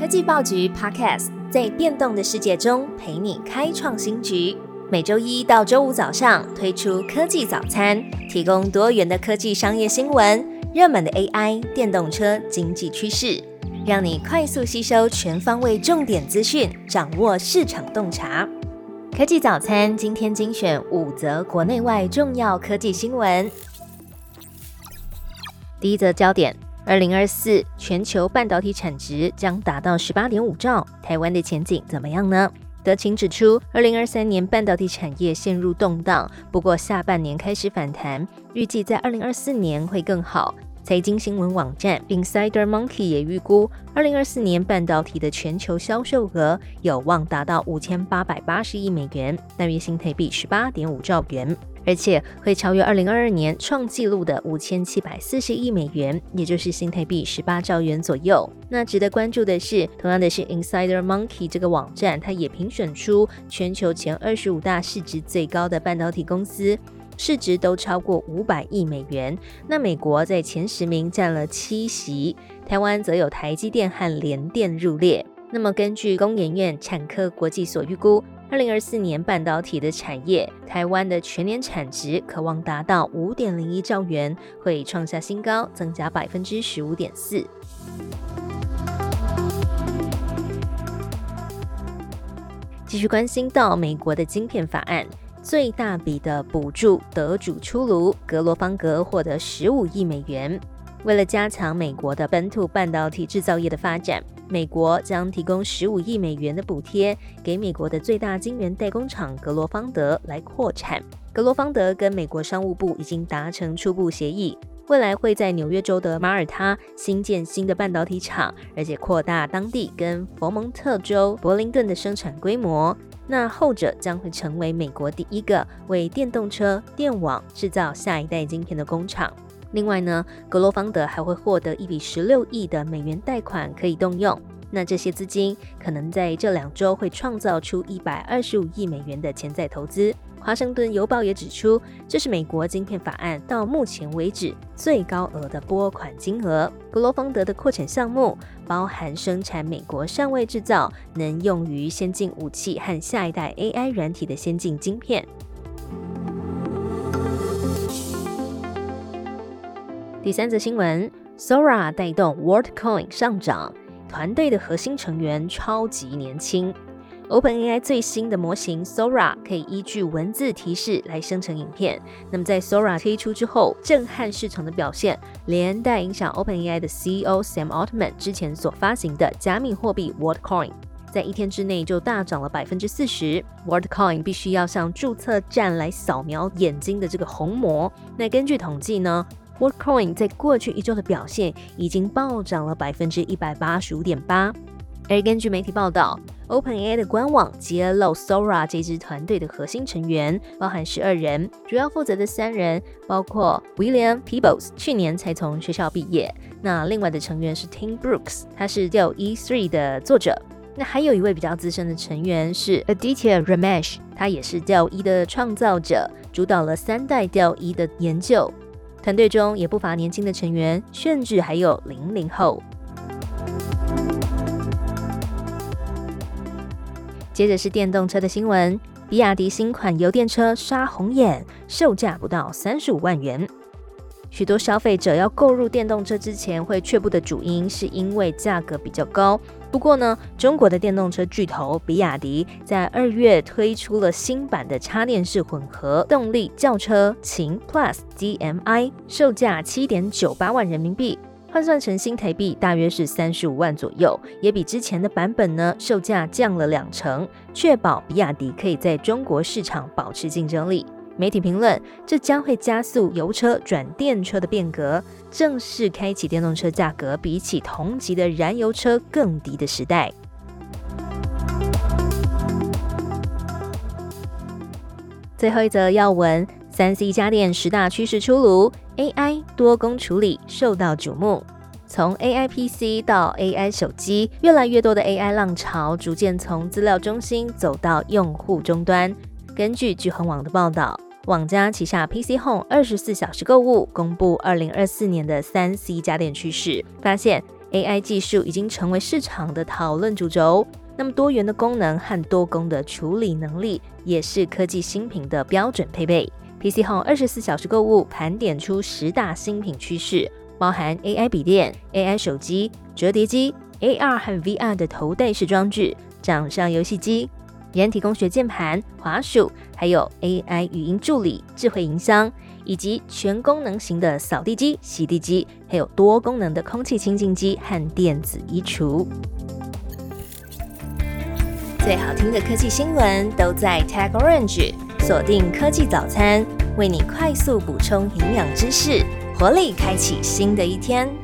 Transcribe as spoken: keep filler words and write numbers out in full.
科技报局 Podcast 在变动的世界中陪你开创新局。每周一到周五早上推出科技早餐，提供多元的科技商业新闻、热门的 A I、电动车、经济趋势，让你快速吸收全方位重点资讯，掌握市场洞察。科技早餐今天精选五则国内外重要科技新闻。第一则焦点，二零二四全球半导体产值将达到 十八点五兆，台湾的前景怎么样呢？德勤指出，二零二三年半导体产业陷入动荡，不过下半年开始反弹，预计在二零二四年会更好。财经新闻网站 Insider Monkey 也预估，二零二四年半导体的全球销售额有望达到五千八百八十亿美元，大约新台币 十八点五兆元，而且会超越二零二二年创纪录的五千七百四十亿美元，也就是新台币十八兆元左右。那值得关注的是，同样的是 Insider Monkey 这个网站，它也评选出全球前二十五大市值最高的半导体公司，市值都超过五百亿美元。那美国在前十名占了七席，台湾则有台积电和联电入列。那么根据工研院产科国际所预估，二零二四年半导体的产业，台湾的全年产值可望达到 五点零一兆元，会创下新高，增加 百分之十五点四。继续关心到美国的晶片法案，最大笔的补助得主出炉，格罗方格获得十五亿美元。为了加强美国的本土半导体制造业的发展，美国将提供十五亿美元的补贴给美国的最大晶圆代工厂格罗方德来扩产。格罗方德跟美国商务部已经达成初步协议，未来会在纽约州的马耳他新建新的半导体厂，而且扩大当地跟佛蒙特州柏林顿的生产规模。那后者将会成为美国第一个为电动车、电网制造下一代晶片的工厂。另外呢，格罗方德还会获得一笔十六亿的美元贷款可以动用。那这些资金可能在这两周会创造出一百二十五亿美元的潜在投资。华盛顿邮报也指出，这是美国晶片法案到目前为止最高额的拨款金额。格罗方德的扩产项目包含生产美国尚未制造、能用于先进武器和下一代 A I 软体的先进晶片。第三则新闻 ，Sora 带动 WorldCoin 上涨，团队的核心成员超级年轻。OpenAI 最新的模型 Sora 可以依据文字提示来生成影片。那么在 Sora 推出之后，震撼市场的表现，连带影响 OpenAI 的 C E O Sam Altman 之前所发行的加密货币 WorldCoin， 在一天之内就大涨了 百分之四十。WorldCoin 必须要向注册站来扫描眼睛的这个虹膜。那根据统计呢， WorldCoin 在过去一周的表现已经暴涨了 百分之一百八十五点八。而根据媒体报道， OpenAI 的官网揭露 Sora 这支团队的核心成员包含十二人，主要负责的三人包括 William Peebles， 去年才从学校毕业。那另外的成员是 Tim Brooks， 他是 Dell E 三 的作者。那还有一位比较资深的成员是 Aditya Ramesh， 他也是 Dell E 的创造者，主导了三代 Dell E 的研究。团队中也不乏年轻的成员，甚至还有零零后。接着是电动车的新闻，比亚迪新款油电车杀红眼，售价不到三十五万元。许多消费者要购入电动车之前会却步的主因是因为价格比较高。不过呢，中国的电动车巨头比亚迪在二月推出了新版的插电式混合动力轿车秦 Plus D M I， 售价 七点九八万人民币，换算成新台币大约是三十五万左右，也比之前的版本呢售价降了两成，确保比亚迪可以在中国市场保持竞争力。媒体评论，这将会加速油车转电车的变革，正式开启电动车价格比起同级的燃油车更低的时代。最后一则要闻， 三 C 家电十大趋势出炉， A I 多工处理受到瞩目。从 A I P C 到 A I 手机，越来越多的 A I 浪潮逐渐从资料中心走到用户终端。根据聚恒网的报道，网家旗下 P C Home 二十四小时购物公布二零二四年的 三 C 家电趋势，发现 A I 技术已经成为市场的讨论主轴。那么多元的功能和多工的处理能力，也是科技新品的标准配备。P C Home 二十四小时购物盘点出十大新品趋势，包含 A I 笔电、A I 手机、折叠机、A R 和 V R 的头戴式装置、掌上游戏机、人体工学键盘、滑鼠，还有 A I 语音助理、智慧音箱，以及全功能型的扫地机、洗地机，还有多功能的空气清净机和电子衣橱。最好听的科技新闻都在 Tag Orange， 锁定科技早餐，为你快速补充营养知识，活力开启新的一天。